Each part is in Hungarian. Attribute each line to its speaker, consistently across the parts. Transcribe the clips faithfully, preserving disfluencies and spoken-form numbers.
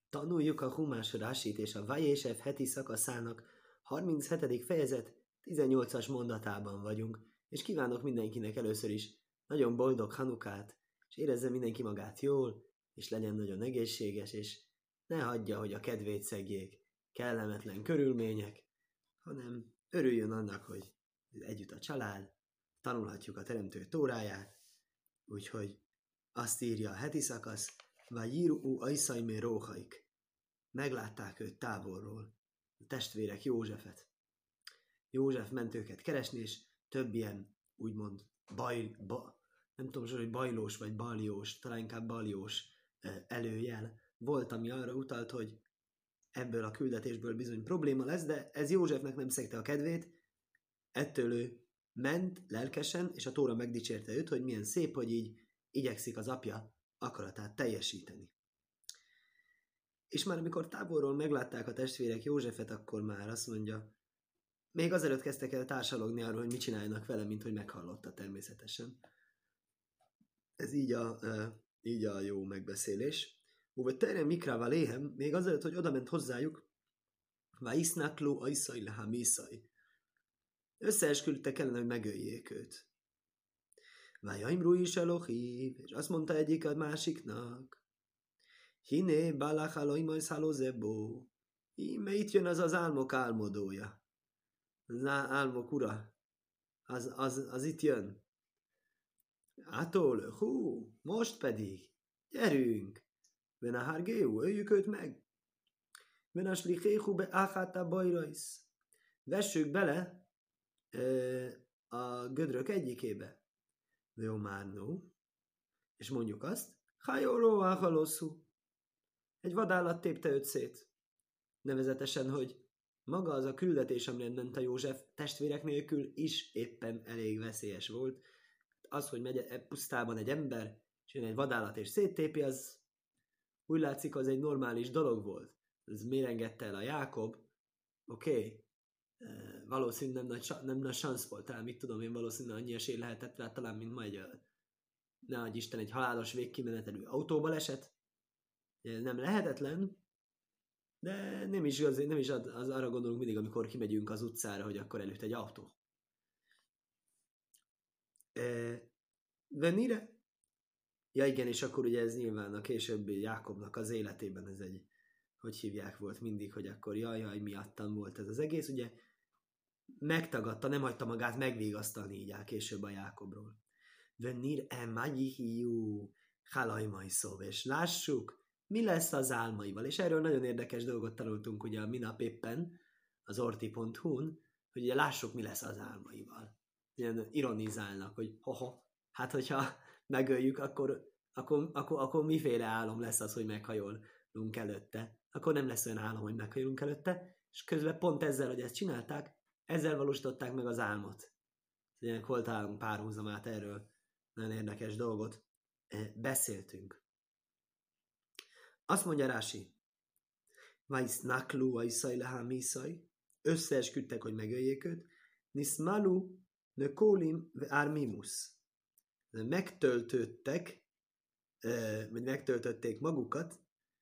Speaker 1: Tanuljuk a Humás Rásit és a Vajésef heti szakaszának harminchetedik fejezet tizennyolcas mondatában vagyunk, és kívánok mindenkinek először is nagyon boldog Hanukát, és érezze mindenki magát jól, és legyen nagyon egészséges, és ne hagyja, hogy a kedvét szegjék kellemetlen körülmények, hanem örüljön annak, hogy együtt a család, tanulhatjuk a Teremtő Tóráját, úgyhogy azt írja a heti szakasz, Vajiru ajszajmé róhaik. Meglátták őt távolról, a testvérek Józsefet. József ment őket keresni, és több ilyen, úgymond, baj, ba, nem tudom, hogy bajlós vagy baljós, talán inkább baljós előjel volt, ami arra utalt, hogy ebből a küldetésből bizony probléma lesz, de ez Józsefnek nem szegte a kedvét, ettől ő ment lelkesen, és a Tóra megdicsérte őt, hogy milyen szép, hogy így igyekszik az apja akaratát teljesíteni. És már amikor távolról meglátták a testvérek Józsefet, akkor már azt mondja, még azelőtt kezdtek el társalogni arról, hogy mit csinálnak vele, mint hogy meghallotta természetesen. Ez így a, e, így a jó megbeszélés. Uve terem mikrával léhem, még azelőtt, hogy oda ment hozzájuk, vá isznaklu ajszaj lehám iszaj. Összeesküdtek kellene, hogy megöljék őt. Vájaimru is elohív, és azt mondta egyik a másiknak, hiné balach aloimaj szálozebó, íme itt jön az az álmok álmodója. Az álmok ura, az, az, az itt jön. Ától, hú, most pedig, gyerünk, ven a hárgéú, öljük őt meg. Ven a slichéhu be áháta bajrajsz. Vessük bele e, a gödrök egyikébe. Jó már no. És mondjuk azt, hajóró áhalosszú. Egy vadállat tépte őt szét. Nevezetesen, hogy maga az a küldetés, amire ment a József testvérek nélkül is éppen elég veszélyes volt. Az, hogy megy pusztában egy ember, és jön egy vadállat és széttépi, az úgy látszik, az egy normális dolog volt. Ez mérengette el a Jákob. Oké, okay. Valószínűleg nem nagy, nem nagy szansz volt, talán mit tudom én, valószínűleg annyi esély lehetett rá, talán mint ma egy, ne adj Isten, egy halálos végkimenetelő autóbaleset. Nem lehetetlen, de nem is, az, nem is az, az arra gondolunk mindig, amikor kimegyünk az utcára, hogy akkor előtt egy autó. E, Venire? Ja igen, és akkor ugye ez nyilván a későbbi Jákobnak az életében ez egy, hogy hívják, volt mindig, hogy akkor jaj, jaj, miattam volt ez az egész, ugye megtagadta, nem hagyta magát megvégasztalni így áll később a Jákobról. Venir emajihiú halajmajszov, és lássuk, mi lesz az álmaival. És erről nagyon érdekes dolgot tanultunk ugye a minap éppen, az orti pont hu-n, hogy ugye lássuk, mi lesz az álmaival. Ilyen ironizálnak, hogy hoho, hát hogyha megöljük, akkor, akkor, akkor, akkor miféle álom lesz az, hogy meghajolunk előtte. Akkor nem lesz olyan álom, hogy meghajolunk előtte, és közben pont ezzel, hogy ezt csinálták, ezzel valósították meg az álmot. Ugye hol találunk párhuzamát erről, nagyon érdekes dolgot beszéltünk. Azt mondja Rási, Vajsz naklu, vajszaj lehám iszaj, összeesküdtek, hogy megöljék őt, Niszmalu, nökólim, ármimus. Megtöltöttek, vagy megtöltötték magukat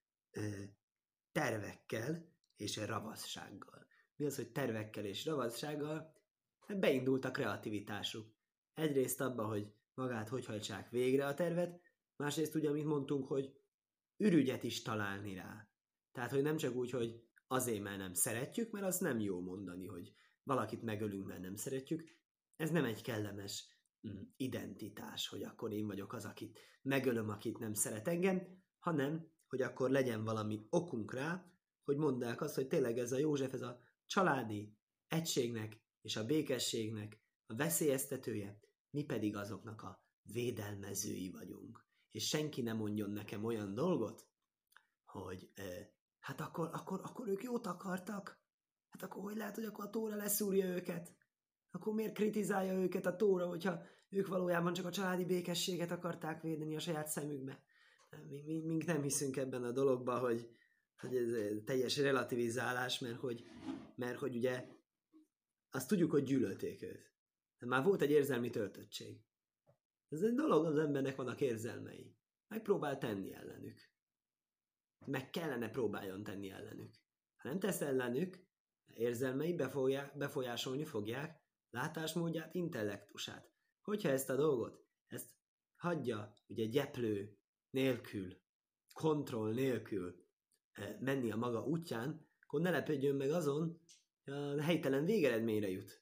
Speaker 1: tervekkel és ravassággal. Mi az, hogy tervekkel és ravassággal? Beindult a kreativitásuk. Egyrészt abba, hogy magát hogy hajtsák végre a tervet, másrészt ugye, amit mondtunk, hogy ürügyet is találni rá. Tehát, hogy nem csak úgy, hogy azért, mert nem szeretjük, mert azt nem jó mondani, hogy valakit megölünk, mert nem szeretjük. Ez nem egy kellemes mm, identitás, hogy akkor én vagyok az, akit megölöm, akit nem szeret engem, hanem, hogy akkor legyen valami okunk rá, hogy mondják azt, hogy tényleg ez a József, ez a családi egységnek és a békességnek a veszélyeztetője, mi pedig azoknak a védelmezői vagyunk. És senki nem mondjon nekem olyan dolgot, hogy eh, hát akkor, akkor, akkor ők jót akartak, hát akkor hogy lehet, hogy akkor a Tóra leszúrja őket? Akkor miért kritizálja őket a Tóra, hogyha ők valójában csak a családi békességet akarták védeni a saját szemükbe? Mi, mi, mink nem hiszünk ebben a dologban, hogy, hogy ez teljes relativizálás, mert hogy, mert hogy ugye azt tudjuk, hogy gyűlölték őt. De már volt egy érzelmi töltöttség. Ez egy dolog, az embernek vannak érzelmei. Megpróbál tenni ellenük. meg kellene próbáljon tenni ellenük. Ha nem tesz ellenük, érzelmei befolyá- befolyásolni fogják látásmódját, intellektusát. Hogyha ezt a dolgot, ezt hagyja ugye gyeplő nélkül, kontroll nélkül menni a maga útján, akkor ne lepődjön meg azon, hogy a helytelen végeredményre jut.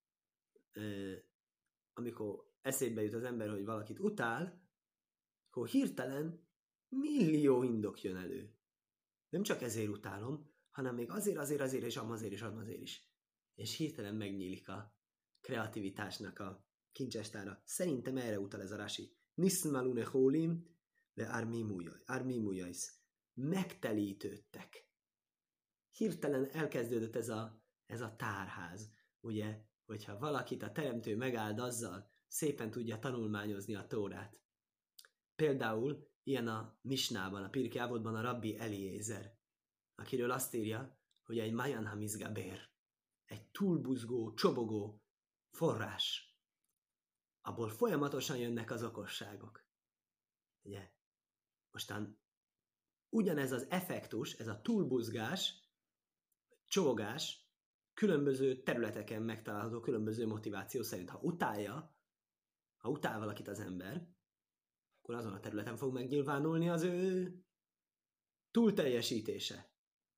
Speaker 1: Amikor eszébe jut az ember, hogy valakit utál, akkor hirtelen millió indok jön elő. Nem csak ezért utálom, hanem még azért, azért, azért, és amazért, és amazért is. És hirtelen megnyílik a kreativitásnak a kincsestára. Szerintem erre utal ez a Rashi. Nismalune hólim, de ármimujajsz. Megtelítődtek. Hirtelen elkezdődött ez a, ez a tárház. Ugye, hogyha valakit a teremtő megáld azzal, szépen tudja tanulmányozni a Tórát. Például ilyen a Misnában, a Pirkei Avotban a Rabbi Eliézer, akiről azt írja, hogy egy Mayan Hamizgaber, egy túlbuzgó, csobogó forrás. Abból folyamatosan jönnek az okosságok. Ugye? Mostan ugyanez az effektus, ez a túlbuzgás, csobogás, különböző területeken megtalálható különböző motiváció szerint. Ha utálja, ha utál valakit az ember, akkor azon a területen fog megnyilvánulni az ő túlteljesítése.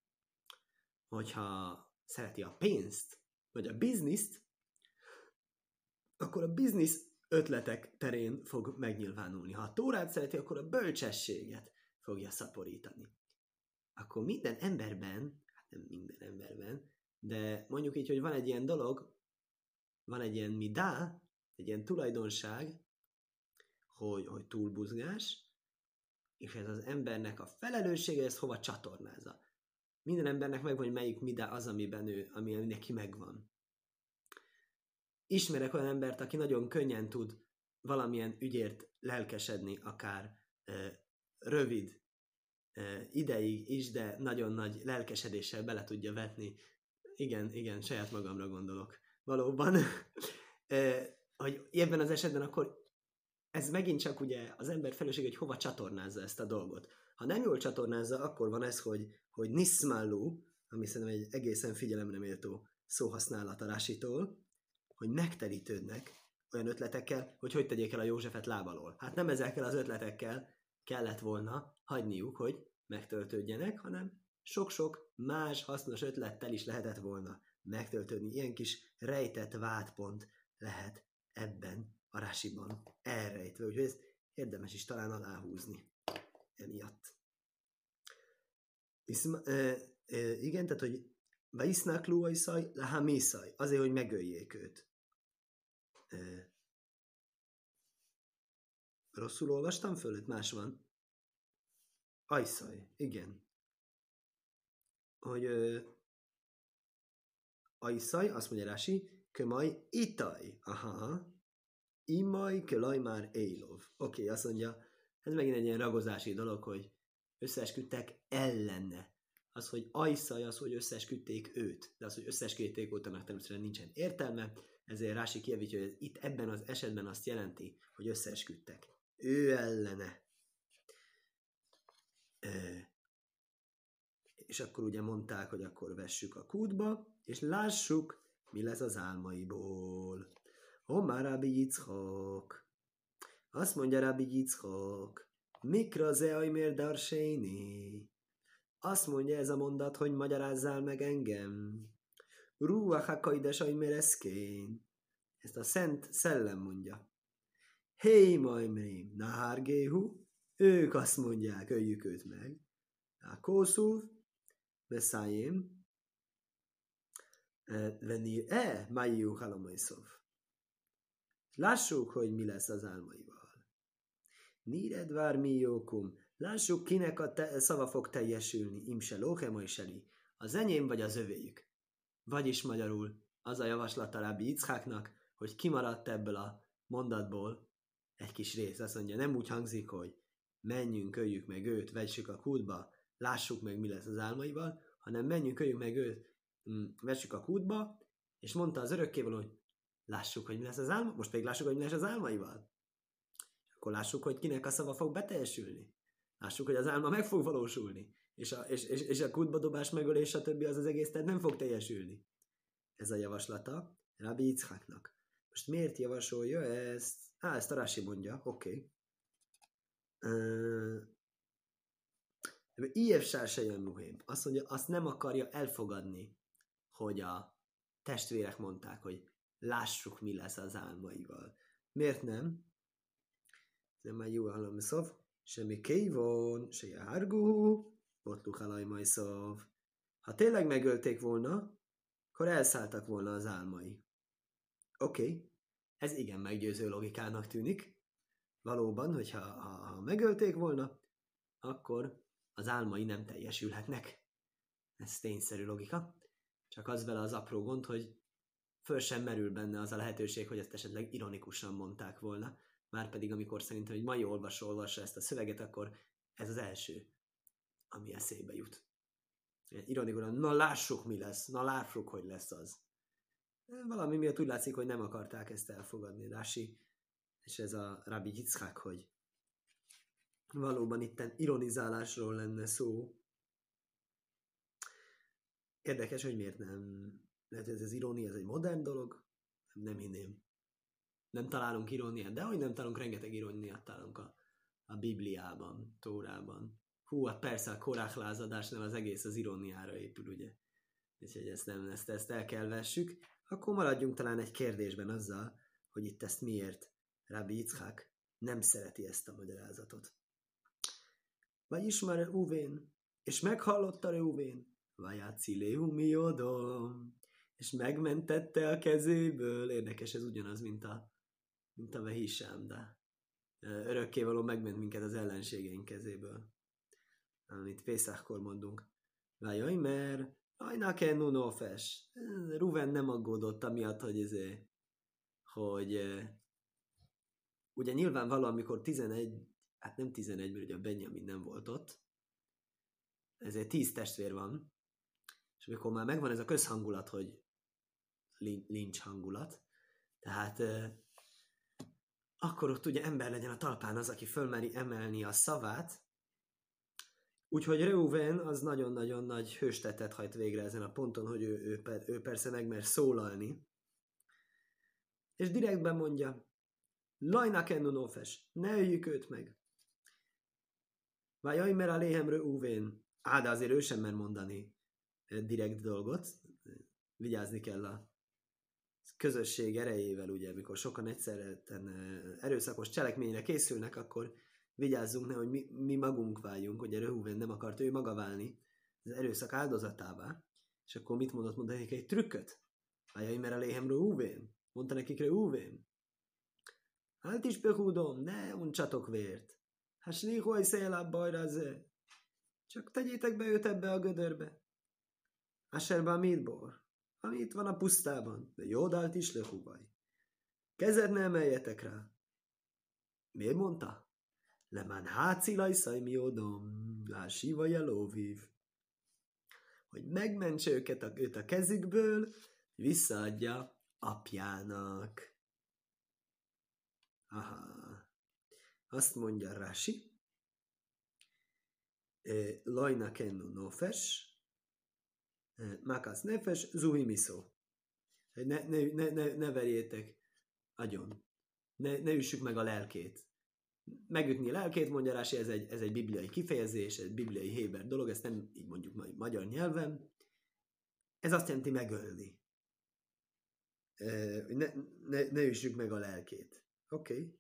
Speaker 1: Hogyha szereti a pénzt, vagy a bizniszt, akkor a biznisz ötletek terén fog megnyilvánulni. Ha a Tórát szereti, akkor a bölcsességet fogja szaporítani. Akkor minden emberben, hát nem minden emberben, de mondjuk így, hogy van egy ilyen dolog, van egy ilyen midá, egy ilyen tulajdonság, hogy, hogy túlbuzgás, és ez az embernek a felelőssége, ez hova csatornázza. Minden embernek megvan, hogy melyik midá az, amiben ő, ami neki megvan. Ismerek olyan embert, aki nagyon könnyen tud valamilyen ügyért lelkesedni, akár ö, rövid ö, ideig is, de nagyon nagy lelkesedéssel bele tudja vetni. Igen, igen, saját magamra gondolok. Valóban, ö, hogy ebben az esetben akkor ez megint csak ugye az ember felelősség, hogy hova csatornázza ezt a dolgot. Ha nem jól csatornázza, akkor van ez, hogy, hogy nismallú, ami szerintem egy egészen figyelemre méltó szóhasználat a Rásitól, hogy megtelítődnek olyan ötletekkel, hogy hogy tegyék el a Józsefet lábalól. Hát nem ezekkel az ötletekkel kellett volna hagyniuk, hogy megtöltődjenek, hanem sok-sok más hasznos ötlettel is lehetett volna megtöltődni. Ilyen kis rejtett vádpont lehet ebben a Rásiban elrejtve, úgyhogy ezt érdemes is talán aláhúzni emiatt. Viszma, e, e, igen, tehát, hogy Vaisznak lúajszaj, lahamiszaj, azért, hogy megöljék őt. E, rosszul olvastam fölött? Más van. Ajszaj, igen. Hogy e, ajszaj, azt mondja Rási, kömaj itaj. Aha. Imaj kölaj már élov. Oké, okay, azt mondja, ez megint egy ilyen ragozási dolog, hogy összeesküdtek ellene. Az, hogy ajszaj, az, hogy összeesküdték őt. De az, hogy összeesküdték óta, meg természetesen nincsen értelme, ezért Rási kijavítja, hogy itt ebben az esetben azt jelenti, hogy összeesküdtek. Ő ellene. E- és akkor ugye mondták, hogy akkor vessük a kútba, és lássuk, mi lesz az álmaiból. Omar Rabbi Yitzchok. Azt mondja Rabbi Yitzchok. Mikra ze ajmér darséni. Azt mondja ez a mondat, hogy magyarázzál meg engem. Ruach hakaides ajmér eszkén. Ezt a Szent Szellem mondja. Hé majmrim, nahárgéhu. Ők azt mondják, öljük őt meg. A kószúv, beszájém. Venni e, májú halomaiszov. Lássuk, hogy mi lesz az álmaival. Níred vár mi jókum. Lássuk, kinek a te- szava fog teljesülni. Imse lóhem ajseli. Az enyém vagy az övéjük. Vagyis magyarul az a javaslat a Rabbi Yitzchaknak, hogy kimaradt ebből a mondatból egy kis rész. Azt mondja, nem úgy hangzik, hogy menjünk, öljük meg őt, vessük a kútba, lássuk meg, mi lesz az álmaival, hanem menjünk, öljük meg őt, vessük a kútba, és mondta az örökkévaló, hogy lássuk, hogy mi lesz az álma, most pedig lássuk, hogy mi lesz az álmaival. Akkor lássuk, hogy kinek a szava fog beteljesülni. Lássuk, hogy az álma meg fog valósulni. és a, és, és, és a kútbadobás megölés, stb. Az az egész, tehát nem fog teljesülni. Ez a javaslata Rabbi Yitzchaknak. Most miért javasolja ezt? Á, ezt a Rashi mondja, oké. Okay. Ijevsár se jön muhém. Azt mondja, azt nem akarja elfogadni, hogy a testvérek mondták, hogy lássuk, mi lesz az álmaival. Miért nem? Nem már jó hallom szov. Semmi kévon, se járgú, botluk halaj majd szov. Ha tényleg megölték volna, akkor elszálltak volna az álmai. Oké, okay. Ez igen meggyőző logikának tűnik. Valóban, hogyha ha, ha megölték volna, akkor az álmai nem teljesülhetnek. Ez tényszerű logika. Csak az vele az apró gond, hogy föl sem merül benne az a lehetőség, hogy ezt esetleg ironikusan mondták volna. Márpedig amikor szerintem egy mai olvasó olvassa ezt a szöveget, akkor ez az első, ami eszébe jut. Ironikusan, na lássuk, mi lesz, na lássuk, hogy lesz az. Valami miatt úgy látszik, hogy nem akarták ezt elfogadni, Rási, és ez a Rabbi Yitzchak, hogy valóban itten ironizálásról lenne szó. Érdekes, hogy miért nem. Lehet, hogy ez az irónia, ez egy modern dolog? Nem hinném. Nem találunk iróniát, de hogy nem találunk, rengeteg iróniát találunk a, a Bibliában, Tórában. Hú, hát persze a korák lázadásnál az egész az iróniára épül, ugye? Úgyhogy ezt, nem, ezt, ezt el kell vessük. Akkor maradjunk talán egy kérdésben azzal, hogy itt ezt miért Rabbi Yitzchak nem szereti ezt a magyarázatot. Vagy ismer Ruvén, és meghallotta Ruvén, vagy áciléhu miodom, és megmentette a kezéből. Érdekes, ez ugyanaz, mint a, mint a Vehisám, de örökkévaló megment minket az ellenségeink kezéből. Amit Pészákkor mondunk. Vajaj, mert ajnak nunófes. Ruven nem aggódott amiatt, hogy ezért, hogy ugye nyilvánvaló, amikor tizenegy, hát nem tizenegy, mert ugye a Benjamin nem volt ott, ezért tíz testvér van, és amikor már megvan ez a közhangulat, hogy lincs hangulat, tehát euh, akkor ott ugye ember legyen a talpán az, aki fölmeri emelni a szavát, úgyhogy Reuven az nagyon-nagyon nagy hőstettet hajt végre ezen a ponton, hogy ő, ő, ő persze megmer szólalni, és direktben mondja, lajnak ennunófes, ne öljük őt meg. Vajaj, mert a léhem Reuven. Á, de azért ő sem mer mondani direkt dolgot. Vigyázni kell a közösség erejével, ugye, mikor sokan egyszerre erőszakos cselekményre készülnek, akkor vigyázzunk ne, hogy mi, mi magunk váljunk, hogy a Reuven nem akart ő maga válni az erőszak áldozatává. És akkor mit mondott? Mondta nekik egy trükköt. Vajaj, mert a léhem Reuven. Mondta nekik Reuven. Hát is behúdom, ne uncsatok vért. Hát slihoj szélább bajra ze. Csak tegyétek be őt ebbe a gödörbe. Aserba midbor. Ami itt van a pusztában. De jódált is lehúvaj. Kezed ne emeljetek rá. Miért mondta? Lemán hácilaj szajmiódom. Lásiva jelóvív. Hogy megmentse őket a, őt a kezükből, visszaadja apjának. Aha. Azt mondja Rashi, lajna kennu nofes, makasz nefes, zuhi miszó. Ne, ne, ne, ne, ne verjétek agyon. Ne, ne üssük meg a lelkét. Megütni a lelkét, mondja Rashi, ez egy, ez egy bibliai kifejezés, egy bibliai héber dolog, ezt nem így mondjuk majd magyar nyelven. Ez azt jelenti megölni. Ne, ne, ne üssük meg a lelkét. Oké. Okay.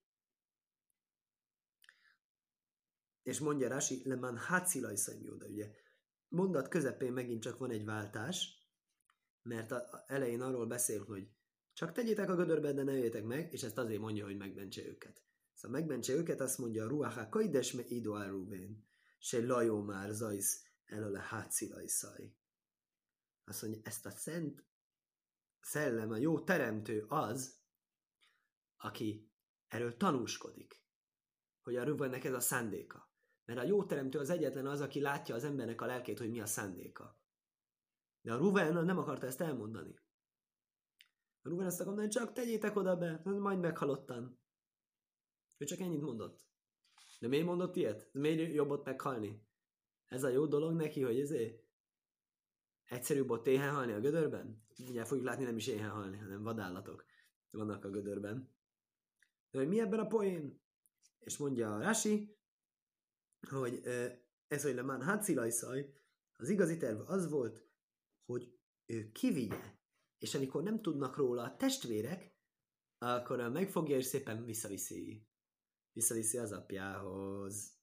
Speaker 1: És mondja Rashi, leman hácilaj szajmióda, ugye. Mondat közepén megint csak van egy váltás, mert a elején arról beszél, hogy csak tegyétek a gödörbe, de ne jöjjetek meg, és ezt azért mondja, hogy megmentse őket. Szóval megmentse őket, azt mondja a ruaha kaides me ido aruvén, se lajó már zajsz elől a hácilaj szaj. Azt mondja, ezt a szent szellem, a jó teremtő az, aki erről tanúskodik, hogy a Ruvennek ez a szándéka. Mert a jó teremtő az egyetlen az, aki látja az embernek a lelkét, hogy mi a szándéka. De a Ruven nem akarta ezt elmondani. A Ruven azt akarta mondani, csak tegyétek oda be, majd meghalottan. Ő csak ennyit mondott. De miért mondott ilyet? Miért jobb ott meghalni? Ez a jó dolog neki, hogy ezért egyszerűbb ott éhen halni a gödörben? Ugye fogjuk látni, nem is éhen halni, hanem vadállatok vannak a gödörben. De hogy mi ebben a poén? És mondja a Rashi, hogy ez, hogy lemán hátszilajszaj, az igazi terv az volt, hogy ő kivigye, és amikor nem tudnak róla a testvérek, akkor megfogja, és szépen visszaviszi. Visszaviszi az apjához.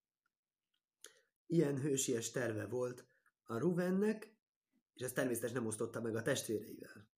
Speaker 1: Ilyen hősies terve volt a Ruvennek, és ezt természetesen nem osztotta meg a testvéreivel.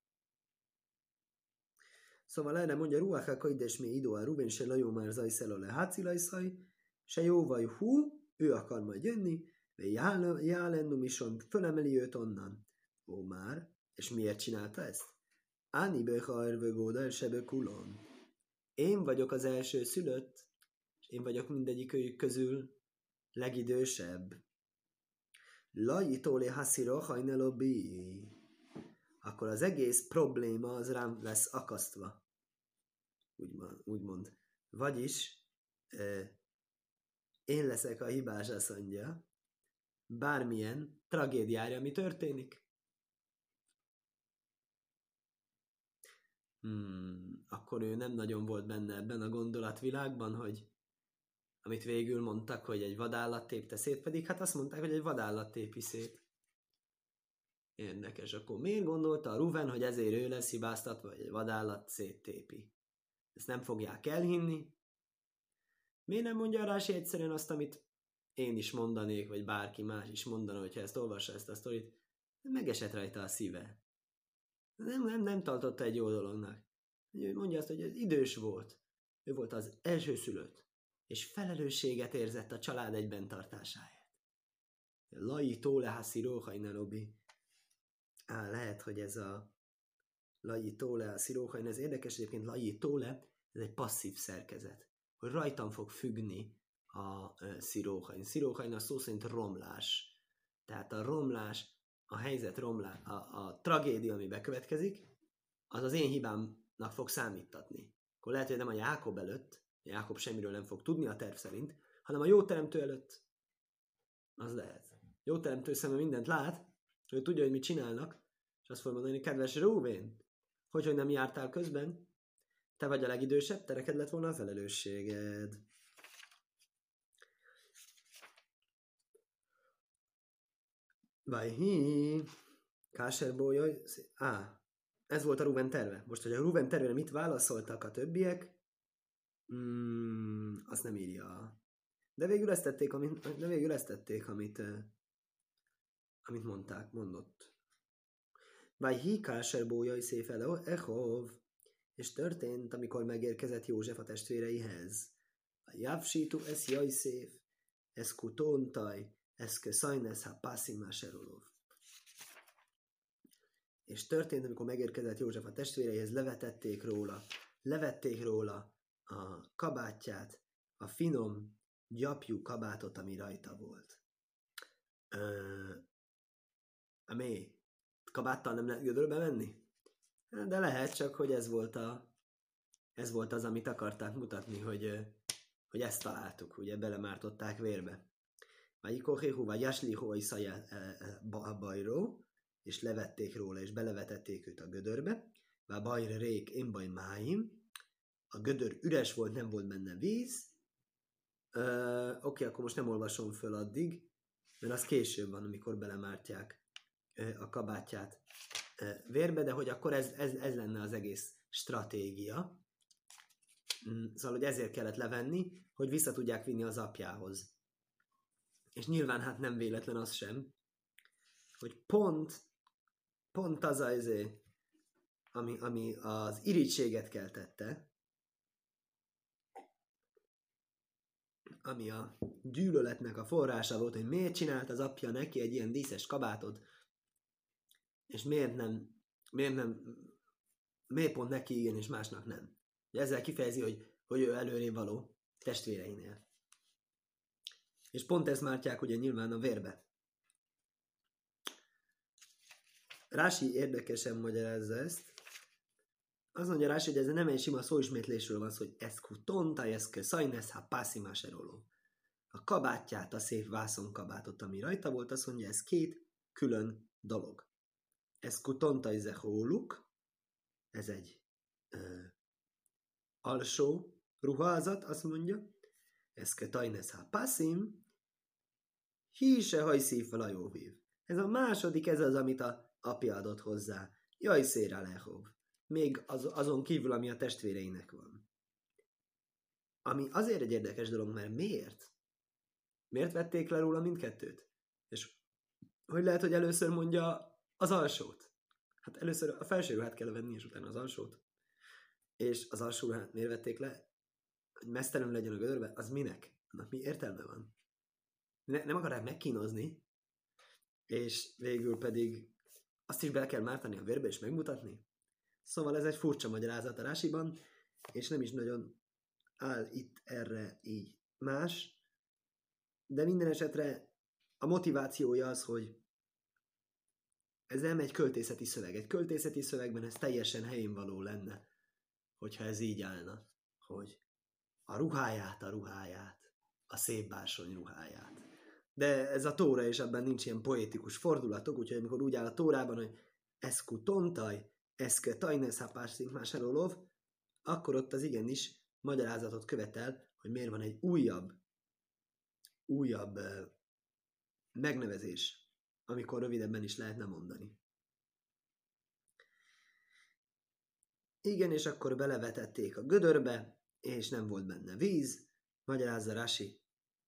Speaker 1: Szóval erre mondja Ruach HaKodesh mi idó a Ruven se lajó már zajszel le hátszilajszaj, se jó vagy hú, ő akar majd jönni, de jálennum is fölemeli őt onnan. Ó már, és miért csinálta ezt? Áni behajrvögóda el sebe kulon. Én vagyok az első szülött, és én vagyok mindegyik őjük közül legidősebb. Lajitólé hasziro hajnelobi. Akkor az egész probléma az rám lesz akasztva. Úgymond. úgymond. Vagyis euh, én leszek a hibás asszonyja bármilyen tragédiára, ami történik. Hmm, akkor ő nem nagyon volt benne ebben a gondolatvilágban, hogy amit végül mondtak, hogy egy vadállat tépte szét, pedig hát azt mondták, hogy egy vadállat tépi szét. Érdekes, akkor miért gondolta a Ruven, hogy ezért ő lesz hibáztatva, hogy egy vadállat széttépi? Ezt nem fogják elhinni. Miért nem mondja a Rási egyszerűen azt, amit én is mondanék, vagy bárki más is mondana, hogyha ezt olvassa ezt a sztorit? Megesett rajta a szíve. Nem, nem, nem tartotta egy jó dolognak. Mondja azt, hogy ez idős volt. Ő volt az elsőszülött, és felelősséget érzett a család egyben tartásáért. Lai tóle haszi róhaina robi. Á, lehet, hogy ez a lai tóle haszi róhaina, ez érdekes egyébként, lai tóle, ez egy passzív szerkezet, hogy rajtam fog függni a sziróhain. Sziróhain a szó szerint romlás. Tehát a romlás, a helyzet romlás, a, a tragédia, ami bekövetkezik, az az én hibámnak fog számítatni. Akkor lehet, hogy nem a Jákob előtt, Jákob semmiről nem fog tudni a terv szerint, hanem a jó teremtő előtt. Az lehet. Jó teremtő szeme mindent lát, ő tudja, hogy mit csinálnak, és azt fogja mondani, kedves Rúvén, hogy, hogy nem jártál közben, te vagy a legidősebb, te neked lett volna a felelősséged. Vajhi, Káserbójaj, á, ez volt a Ruven terve. Most, hogy a Ruven tervére mit válaszoltak a többiek, hmm, azt nem írja. De végül ezt tették, amit, de végül ezt tették, amit, amit mondták, mondott. Vajhi, Káserbójaj, széfele, echov, és történt, amikor megérkezett József a testvéreihez. A Javsítu ez Jajszéf, ez kutóntaj, ez köszajnesz ha passzimáserolov. És történt, amikor megérkezett József a testvéreihez, levetették róla, levették róla a kabátját, a finom, gyapjú kabátot, ami rajta volt. A mély? Kabáttal nem lehet gödörbe menni? De lehet, csak hogy ez volt, a, ez volt az, amit akarták mutatni, hogy, hogy ezt találtuk, ugye belemártották vérbe. Vagy ikohéhu, vagy jaslihu, a bajró, és levették róla, és belevetették őt a gödörbe. Vagy bajra rék, én baj máim. A gödör üres volt, nem volt benne víz. Ö, oké, akkor most nem olvasom föl addig, mert az később van, amikor belemártják a kabátját vérbe, de hogy akkor ez, ez, ez lenne az egész stratégia. Szóval, hogy ezért kellett levenni, hogy vissza tudják vinni az apjához. És nyilván hát nem véletlen az sem, hogy pont, pont az az, ami, ami az irítséget keltette, ami a gyűlöletnek a forrása volt, hogy miért csinált az apja neki egy ilyen díszes kabátot, és miért nem, miért nem, miért pont neki igen, és másnak nem. Ezzel kifejezi, hogy, hogy ő előrébb való testvéreinél. És pont ezt mártják ugye nyilván a vérbe. Rási érdekesen magyarázza ezt. Azt mondja Rási, hogy ez nem egy sima szóismétlésről van szó, hogy ez kutonta, ez ke szajnesz, ha passzimáseroló. a kabátját, a szép vászonkabátot, ami rajta volt, azt mondja, ez két külön dolog. Ez kutontai zehóluk, ez egy ö, alsó ruházat, azt mondja, ez ketajnesz ha passzim, hí se hajszív fel a jóvív. Ez a második, ez az, amit a apja adott hozzá. Jaj, széra lehov. Még az, azon kívül, ami a testvéreinek van. Ami azért egy érdekes dolog, mert miért? Miért vették le róla mindkettőt? És hogy lehet, hogy először mondja az alsót? Hát először a felső ruhát kell venni, és utána az alsót. És az alsó ruhát miért vették le? Hogy mesztelenül legyen a gödörbe? Az minek? Annak mi értelme van? Ne, nem akarják megkínozni, és végül pedig azt is bele kell mártani a vérbe és megmutatni. Szóval ez egy furcsa magyarázat a Rásiban, és nem is nagyon áll itt erre így más, de minden esetre a motivációja az, hogy ez nem egy költészeti szöveg. Egy költészeti szövegben ez teljesen helyén való lenne, hogyha ez így állna, hogy a ruháját, a ruháját, a szép bársony ruháját. De ez a tóra, és ebben nincs ilyen poétikus fordulatok, úgyhogy amikor úgy áll a tórában, hogy eszku tontaj, eszke tajneszhápászink másárolov, akkor ott az igenis magyarázatot követel, hogy miért van egy újabb, újabb uh, megnevezés, amikor rövidebben is lehetne mondani. Igen, és akkor belevetették a gödörbe, és nem volt benne víz, magyarázza Rashi.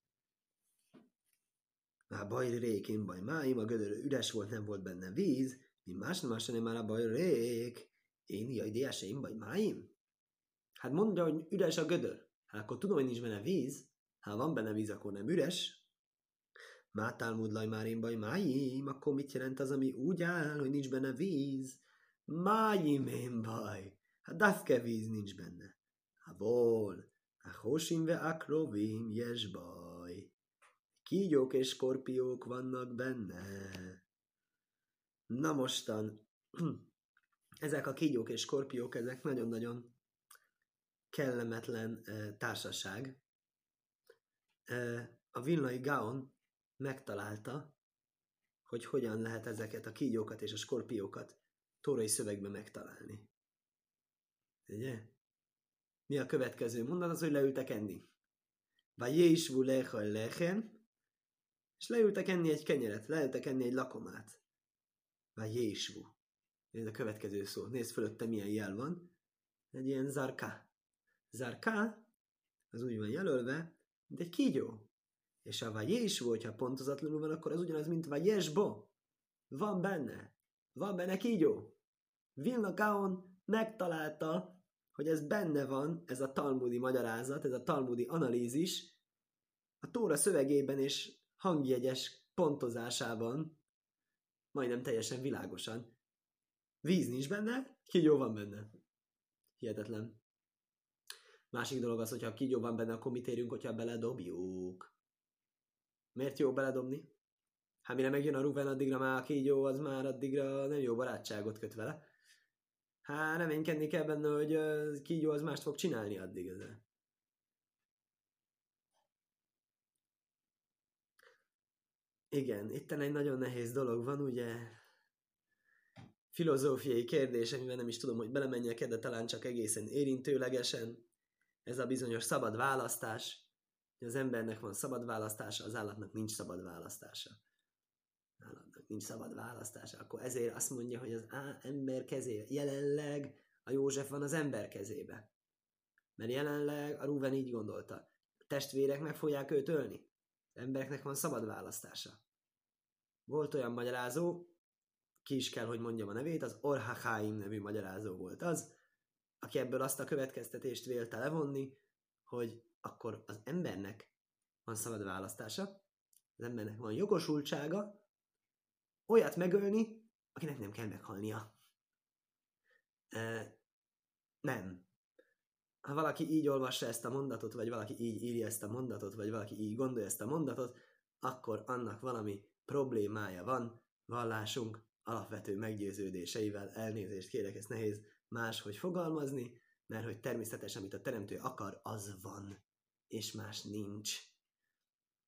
Speaker 1: Már baj rék, én baj máim, a gödör üres volt, nem volt benne víz, mi más nem más nem már a baj rék, én jaj, diása, én baj máim. Hát mondja, hogy üres a gödör. Hát akkor tudom, hogy nincs benne víz. Ha van benne víz, akkor nem üres. Mátálmudlaj már én baj máim, akkor mit jelent az, ami úgy áll, hogy nincs benne víz? Máim én baj. Hát dafke víz nincs benne. Hát vol. Hát hosim ve akrovim, jes baj. Kígyók és skorpiók vannak benne. Na mostan, ezek a kígyók és skorpiók, ezek nagyon-nagyon kellemetlen e, társaság. E, a Vilnai Gaon megtalálta, hogy hogyan lehet ezeket a kígyókat és a skorpiókat tórai szövegben megtalálni. Ugye? Mi a következő mondat? Az, hogy leültek enni. Vajésvu lechal lechen, és leültek enni egy kenyeret, leültek enni egy lakomát. Vajésvu. Ez a következő szó. Nézd fölötte, milyen jel van. Egy ilyen zarká. Zarká, az úgy van jelölve, mint egy kígyó. És a vajésvu, hogyha pontozatlanul van, akkor az ugyanaz, mint vajésbo. Van benne. Van benne kígyó. Vilna Gaon megtalálta, hogy ez benne van, ez a talmudi magyarázat, ez a talmudi analízis, a Tóra szövegében és hangjegyes pontozásában majdnem teljesen világosan. Víz nincs benne, kígyó van benne. Hihetetlen. Másik dolog az, hogyha a kígyó van benne, akkor mit érünk, hogyha beledobjuk. Miért jó beledobni? Hát mire megjön a Ruven, addigra már a kígyó, az már addigra nem jó barátságot köt vele. Hát reménykedni kell benne, hogy a kígyó az mást fog csinálni addig ezzel. Igen, itten egy nagyon nehéz dolog van, ugye filozófiai kérdés, amiben nem is tudom, hogy belemenjek, de talán csak egészen érintőlegesen. Ez a bizonyos szabad választás. Az embernek van szabad választása, az állatnak nincs szabad választása. Az állatnak nincs szabad választása. Akkor ezért azt mondja, hogy az á, ember kezébe. Jelenleg a József van az ember kezébe. Mert jelenleg a Rúven így gondolta. A testvérek meg fogják őt ölni. Az embereknek van szabad választása. Volt olyan magyarázó, ki is kell, hogy mondjam a nevét, az Orhachaim nevű magyarázó volt az, aki ebből azt a következtetést vélte levonni, hogy akkor az embernek van szabad választása, az embernek van jogosultsága olyat megölni, akinek nem kell meghalnia. E, nem. Ha valaki így olvassa ezt a mondatot, vagy valaki így írja ezt a mondatot, vagy valaki így gondolja ezt a mondatot, akkor annak valami problémája van, vallásunk alapvető meggyőződéseivel. Elnézést kérek, ez nehéz máshogy fogalmazni, mert hogy természetesen, amit a teremtő akar, az van, és más nincs.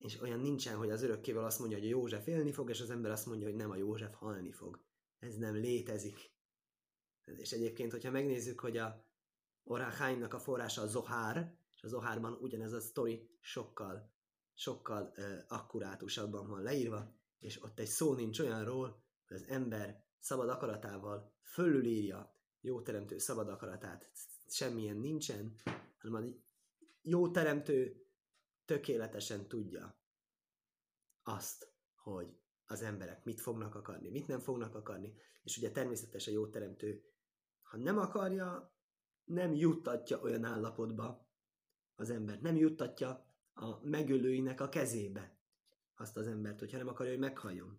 Speaker 1: És olyan nincsen, hogy az örökkéval azt mondja, hogy a József élni fog, és az ember azt mondja, hogy nem, a József halni fog. Ez nem létezik. És egyébként, hogyha megnézzük, hogy a Orachaimnak a forrása a Zohár, és a Zohárban ugyanez a sztori sokkal, sokkal uh, akkurátusabban van leírva, és ott egy szó nincs olyanról, hogy az ember szabad akaratával fölülírja jó teremtő szabad akaratát. Semmilyen nincsen, hanem a jó teremtő tökéletesen tudja azt, hogy az emberek mit fognak akarni, mit nem fognak akarni, és ugye természetesen a jó teremtő, ha nem akarja, nem juttatja olyan állapotba az embert, nem juttatja a megölőinek a kezébe azt az embert, hogyha nem akarja, hogy meghalljon.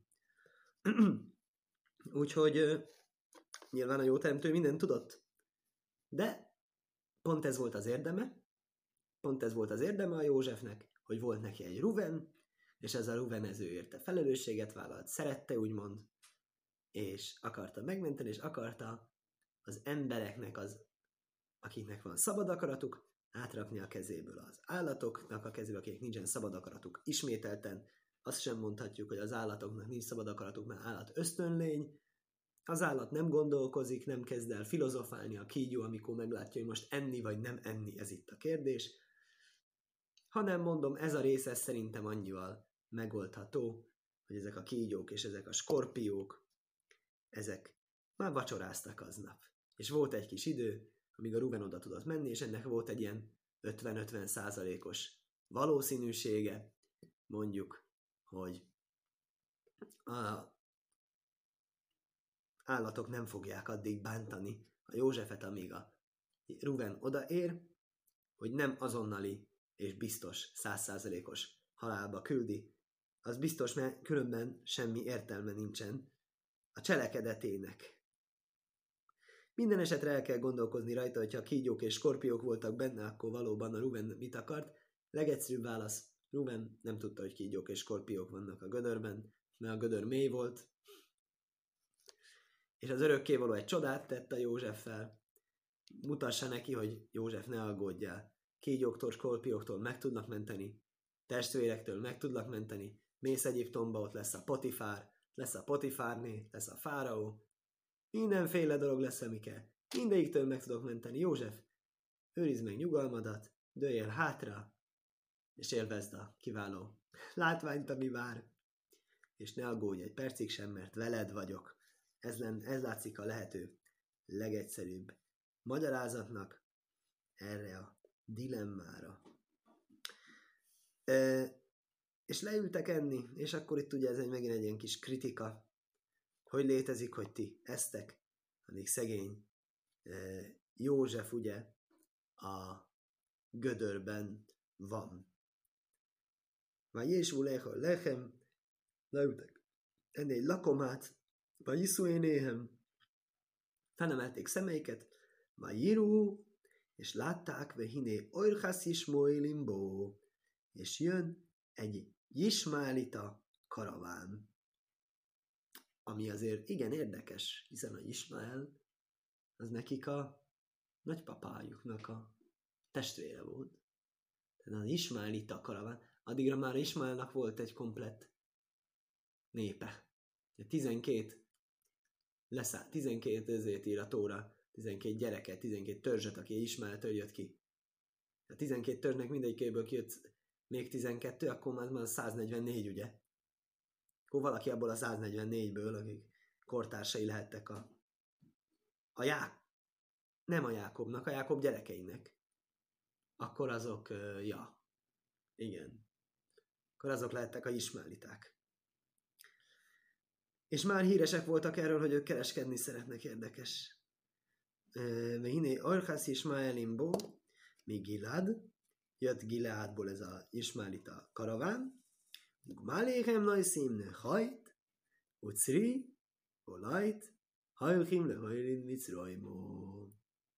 Speaker 1: Úgyhogy nyilván a jó teremtő mindent tudott, de pont ez volt az érdeme, pont ez volt az érdeme a Józsefnek, hogy volt neki egy Ruven, és ez a Ruven ez ő érte felelősséget vállalt, szerette úgymond, és akarta megmenteni, és akarta az embereknek, az, akiknek van szabad akaratuk, átrakni a kezéből az állatoknak a kezéből, akiknek nincsen szabad akaratuk. Ismételten azt sem mondhatjuk, hogy az állatoknak nincs szabad akaratuk, mert állat ösztönlény, az állat nem gondolkozik, nem kezd el filozofálni a kígyó, amikor meglátja, hogy most enni vagy nem enni, ez itt a kérdés. Hanem mondom, ez a rész ez szerintem annyival megoldható, hogy ezek a kígyók és ezek a skorpiók, ezek már vacsoráztak aznap. És volt egy kis idő, amíg a Ruven oda tudott menni, és ennek volt egy ilyen ötven-ötven százalékos valószínűsége, mondjuk, hogy a állatok nem fogják addig bántani a Józsefet, amíg a Ruven odaér, hogy nem azonnali és biztos száz százalékos halálba küldi. Az biztos, mert különben semmi értelme nincsen a cselekedetének. Minden esetre el kell gondolkozni rajta, hogyha a kígyók és skorpiók voltak benne, akkor valóban a Ruven mit akart. Legegyszerűbb válasz, Ruven nem tudta, hogy kígyók és skorpiók vannak a gödörben, mert a gödör mély volt, és az örökkévaló egy csodát tett a Józseffel, mutassa neki, hogy József ne aggódjál. Kígyóktól, skorpióktól meg tudnak menteni, testvérektől meg tudnak menteni, mész Egyiptomba, ott lesz a Potifár, lesz a Potifárné, lesz a fáraó, mindenféle dolog lesz, ami kell. Mindegyiktől meg tudok menteni. József, őrizd meg nyugalmadat, dőljél hátra, és élvezd a kiváló látványt, ami vár. És ne aggódj egy percig sem, mert veled vagyok. Ez, len, ez látszik a lehető legegyszerűbb magyarázatnak erre a dilemmára. E, és leültek enni, és akkor itt ugye ez egy, megint egy ilyen kis kritika, hogy létezik, hogy ti esztek, addig szegény e, József ugye a gödörben van. Már Jézsú lehol lechem, leültek enni egy lakomát, vagy iszú én éhem, felemelték szemeiket, már jirú, és látták, ve hiné oirchasz ismoilimbó, és jön egy ismálita karaván. Ami azért igen érdekes, hiszen a Ismael az nekik a nagypapájuknak a testvére volt. Tehát az ismálita karaván, addigra már Ismaelnak volt egy komplett népe. tizenkét leszállt, tizenkét ezért ír a Tóra, tizenkét gyereket, tizenkét törzset, aki Ismaeltől jött ki. A tizenkét törzsnek mindegyikéből kijött még tizenkettő, akkor már, már száznegyvennégy, ugye? Akkor valaki abból a száznegyvennégyből, akik kortársai lehettek a, a Ják, nem a Jákobnak, a Jákob gyerekeinek. Akkor azok, uh, ja, igen. Akkor azok lehettek a ismáliták. És már híresek voltak erről, hogy ők kereskedni szeretnek, érdekes. Hiné Orchasz Ismaelimbo, mi Gilad, jött Gileádból ez a ismálita karaván, Máléhem najszímne hajt, ucri, olajt, hajlhim le hajlin vicrajmó.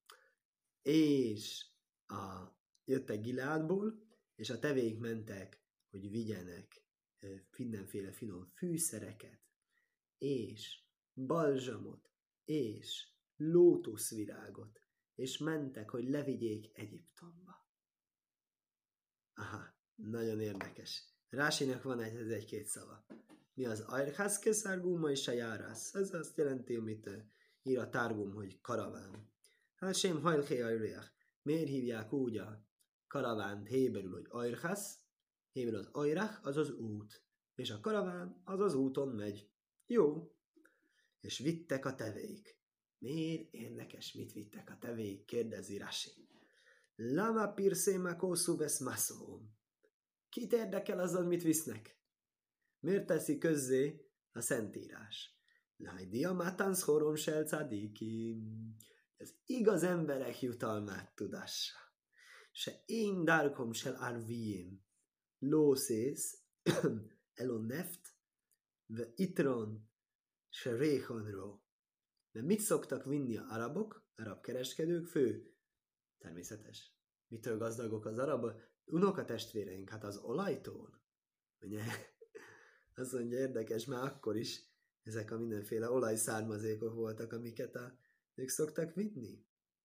Speaker 1: És a, jöttek Gileádból, és a tevék mentek, hogy vigyenek mindenféle finom fűszereket, és balzsamot, és lótuszvirágot, és mentek, hogy levigyék Egyiptomba. Aha, nagyon érdekes. Rásinek van egy, ez egy-két szava. Mi az Airhász Keszárguma és a Járász? Ez azt jelenti, amit ír a Tárgum, hogy karaván. Hát sem hajlché ajréach. Miért hívják úgy a karavánt héberül, hogy Airhász? Héberül az Airach, az az út. És a karaván, az az úton megy. Jó. És vittek a tevéik. Miért érdekes, mit vittek a tevéik? Kérdezi Rashi. Lama pirszéma kószú vesz maszóm. Kit érdekel azon, mit visznek? Miért teszi közzé a Szentírás? Lajdia mátánsz horom sel cádikim. Az igaz emberek jutalmát tudassa. Se én dárkom sel arvijim. Lószész, elon neft, ve itron, se réhonró. De mit szoktak vinni a arabok, arab kereskedők? Fő. Természetes. Mitől gazdagok az arab? Unokatestvéreink, hát az olajtól. Ugye? Azt mondja, érdekes, már akkor is ezek a mindenféle olajszármazékok voltak, amiket a, ők szoktak vinni.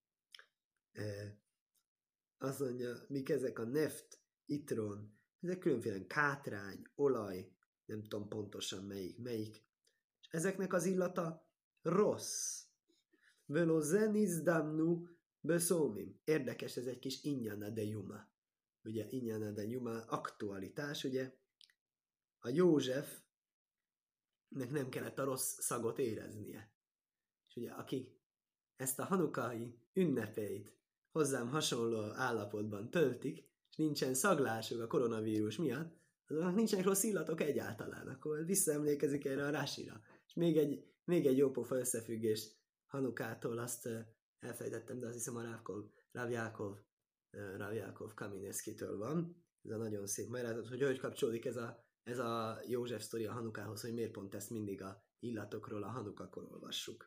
Speaker 1: E, azt mondja, mik ezek a neft, itron, ezek különféle kátrány, olaj, nem tudom pontosan melyik, melyik. És ezeknek az illata rossz. Velo zenizdamnu beszómim. Érdekes, ez egy kis injana de juma. Ugye injana de juma, aktualitás, ugye a Józsefnek nem kellett a rossz szagot éreznie. És ugye aki ezt a hanukai ünnepeit hozzám hasonló állapotban töltik, és nincsen szaglásuk a koronavírus miatt, azoknak nincsenek rossz illatok egyáltalán, akkor visszaemlékezik erre a Rásira. És még egy, még egy jópofa összefüggés Hanukától, azt elfejtettem, de azt hiszem a Rávkov, Ráv Jákov, Ráv Jákov Kamineszkitől van. Ez a nagyon szép magyarázat, hogy hogy kapcsolódik ez a, ez a József sztori a Hanukához, hogy miért pont ezt mindig a illatokról, a Hanukakor olvassuk.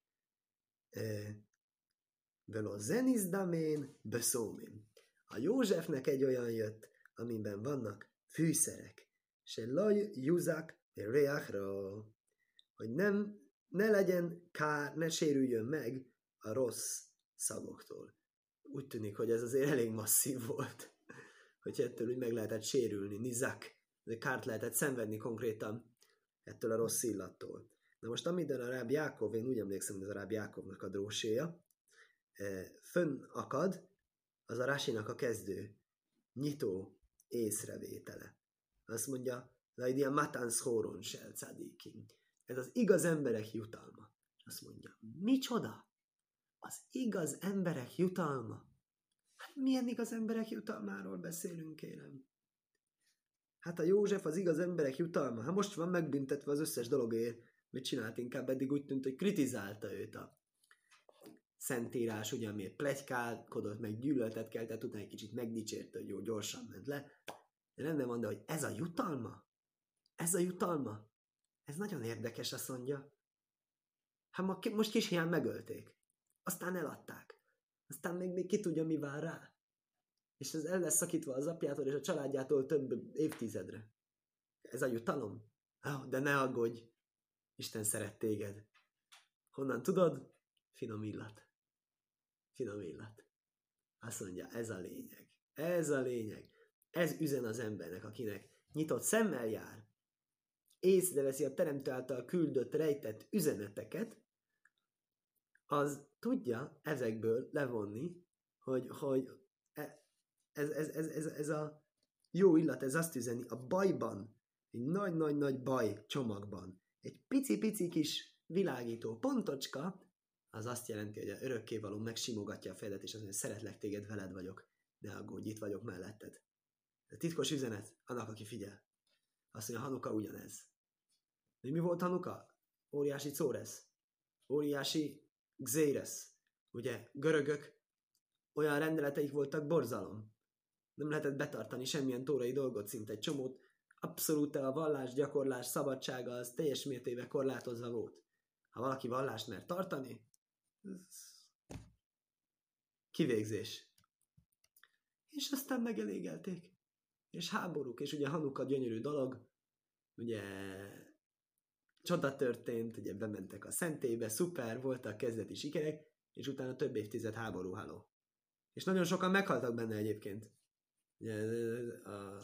Speaker 1: Velo zenizdamén beszómim. A Józsefnek egy olyan jött, amiben vannak fűszerek. Se laj juzak reachra, hogy nem, ne legyen kár, ne sérüljön meg a rossz szagoktól. Úgy tűnik, hogy ez azért elég masszív volt, hogy ettől úgy meg lehetett sérülni, nizak, de kárt lehetett szenvedni konkrétan ettől a rossz illattól. Na most amiden a Ráb Jákov, én úgy emlékszem, hogy ez a Ráb Jákovnak a dróséja, fönn akad, az a Rásinak a kezdő, nyitó észrevétele. Azt mondja, Laidia matán szóron sel cádikim. Ez az igaz emberek jutalma. Azt mondja, micsoda? Az igaz emberek jutalma? Hát milyen igaz emberek jutalmáról beszélünk, kérem? Hát a József az igaz emberek jutalma. Hát most van megbüntetve az összes dologért, mit csinált, inkább eddig úgy tűnt, hogy kritizálta őt a Szentírás, ugye, amiért pletykálkodott, meg gyűlöltet keltett, utána egy kicsit megdicsérte, hogy jó, gyorsan ment le. De rendben van, de hogy ez a jutalma? Ez a jutalma? Ez nagyon érdekes, azt mondja. Hát most kis hiány megölték. Aztán eladták. Aztán még, még ki tudja, mi vár rá. És ez el lesz szakítva az apjától és a családjától több évtizedre. Ez a jutalom? Oh, de ne aggódj. Isten szeret téged. Honnan tudod? Finom illat. Finom illat. Azt mondja, ez a lényeg. Ez a lényeg. Ez üzen az embernek, akinek nyitott szemmel jár, észreveszi a teremtő által küldött, rejtett üzeneteket, az tudja ezekből levonni, hogy, hogy ez, ez, ez, ez, ez a jó illat, ez azt üzeni, a bajban, egy nagy-nagy-nagy baj csomagban, egy pici-pici kis világító pontocska, az azt jelenti, hogy a örökkévaló megsimogatja a fejedet, és azt mondja, szeretlek téged, veled vagyok, ne aggódj, itt vagyok melletted. A titkos üzenet annak, aki figyel. Azt mondja, Hanuka ugyanez. De mi volt Hanuka? Óriási Czóresz. Óriási Gzéresz. Ugye, görögök, olyan rendeleteik voltak, borzalom. Nem lehetett betartani semmilyen tórai dolgot, szinte egy csomót. Abszolút a vallás, gyakorlás, szabadsága az teljes mértékben korlátozva volt. Ha valaki vallást mer tartani, kivégzés. És aztán megelégelték. És háborúk, és ugye Hanuka gyönyörű dolog, ugye csoda történt, ugye bementek a szentélybe, szuper, voltak kezdeti sikerek, és utána több évtized háború háló. És nagyon sokan meghaltak benne egyébként. Ugye, a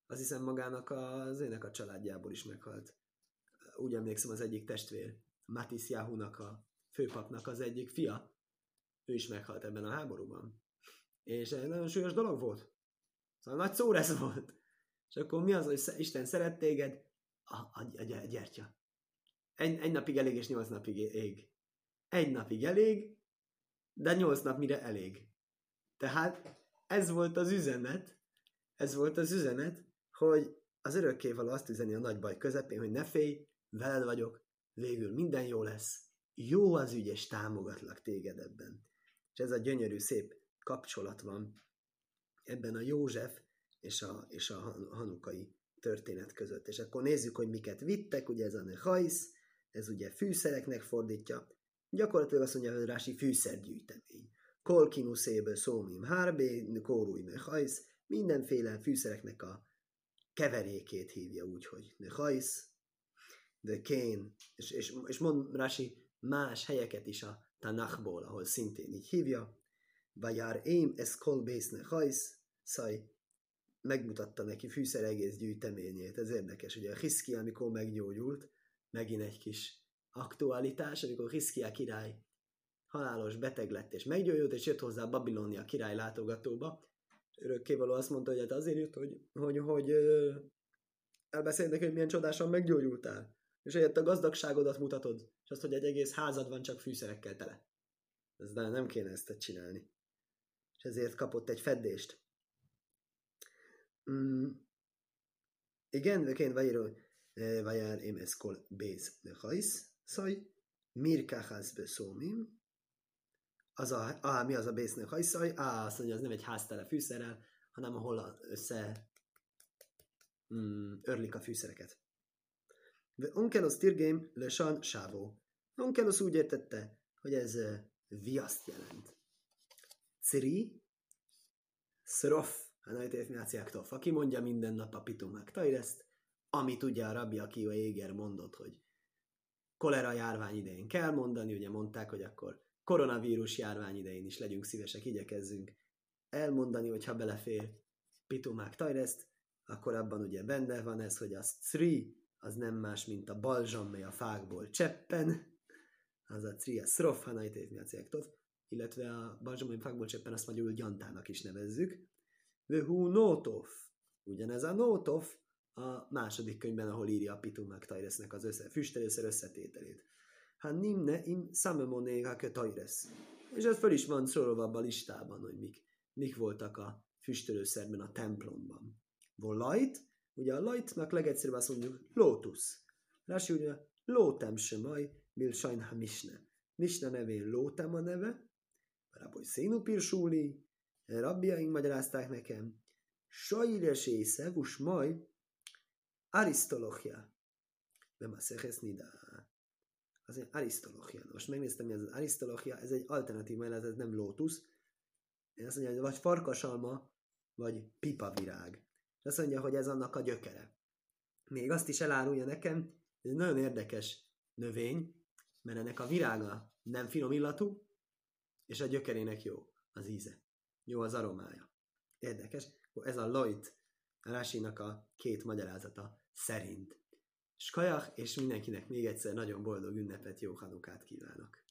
Speaker 1: Azt hiszem magának az ének a családjából is meghalt. Úgy emlékszem, az egyik testvér, Matisyahu-nak, a főpapnak az egyik fia, ő is meghalt ebben a háborúban. És egy nagyon súlyos dolog volt. Szóval nagy szóresz volt. És akkor mi az, hogy Isten szeret téged? A, a, a gyertya. Egy, egy napig elég, és nyolc napig ég. Egy napig elég, de nyolc nap mire elég. Tehát ez volt az üzenet, ez volt az üzenet, hogy az örökkévaló azt üzeni a nagy baj közepén, hogy ne félj, veled vagyok, végül minden jó lesz. Jó az ügy, és támogatlak téged ebben. És ez a gyönyörű, szép kapcsolat van ebben a József és a, és a hanukai történet között. És akkor nézzük, hogy miket vittek, ugye ez a nehajsz, ez ugye fűszereknek fordítja. Gyakorlatilag azt mondja, hogy Rási fűszergyűjtemény. Kolkinuszéből szómim hárbé, kórúj nehajsz, mindenféle fűszereknek a keverékét hívja úgy, hogy nehajsz, de kén, és, és, és mond Rási más helyeket is a Tanachból, ahol szintén így hívja. Vajár ém, ez kolbész nehajsz, szaj, megmutatta neki fűszer egész gyűjteményét. Ez érdekes, ugye a Hiszkia, amikor meggyógyult, megint egy kis aktualitás, amikor Hiszkia király halálos beteg lett és meggyógyult, és jött hozzá Babilónia király látogatóba. Örökkévaló azt mondta, hogy hát azért jött, hogy, hogy, hogy elbeszéld neki, hogy milyen csodásan meggyógyultál. És helyett a gazdagságodat mutatod, és azt, hogy egy egész házad van csak fűszerekkel tele. Ez de nem kéne ezt csinálni. És ezért kapott egy feddést. Mm. Igen, vekén vajról vajár én eszkol béz nehajsz, szaj, mirkáhász beszómim. Az a, á, mi az a béz nehajsz, szaj? Á, azt mondja, az nem egy háztele fűszerrel, hanem ahol össze mm, örlik a fűszereket. Onkelos tirgém lesan sávó. Onkelos úgy értette, hogy ez uh, viaszt jelent. Ciri, szrof, hanajtéfmiáciáktól, aki mondja minden nap a pitumák tajreszt, amit ugye a Rabbi Akiva Éger mondott, hogy kolera járvány idején kell mondani, ugye mondták, hogy akkor koronavírus járvány idején is legyünk szívesek, igyekezzünk elmondani, hogyha belefér pitumák tajreszt, akkor abban ugye benne van ez, hogy az cri, az nem más, mint a balzsam, mely a fákból cseppen, az a cri, a szrof, hanajtéfmiáciáktól, illetve a balzsam, mely a fákból cseppen, azt magyarul gyantának is nevezzük. Vöhú nótof, ugyanez a nótof, a második könyvben, ahol írja a pitumák tajresznek az össze, füstelőszer összetételét. Hát nimne im szamemonéga ke tajresz. És ez föl is van sorolva abban a listában, hogy mik, mik voltak a füstölőszerben a templomban. Volajt, ugye a lajtnak legegyszerűbb azt mondjuk lótusz. Rási ugye lótem semaj, mil sajnha misne. Misne nevén lótem a neve, Rabbi Szénupirsúli, rabbiaink magyarázták nekem, sajres észe, vus maj, Arisztológia. Bemaszekhez nidá. Azért Arisztológia. Most megnéztem, mi ez az Arisztológia, ez egy alternatív mellett, ez nem lótusz. Én azt mondja, hogy vagy farkasalma, vagy pipavirág. És azt mondja, hogy ez annak a gyökere. Még azt is elárulja nekem, ez egy nagyon érdekes növény, mert ennek a virága nem finom illatú, és a gyökerének jó az íze. Jó az aromája. Érdekes. Ez a lojt, a Rásinak a két magyarázata szerint. Skajach, és mindenkinek még egyszer nagyon boldog ünnepet, jó Hanukát kívánok!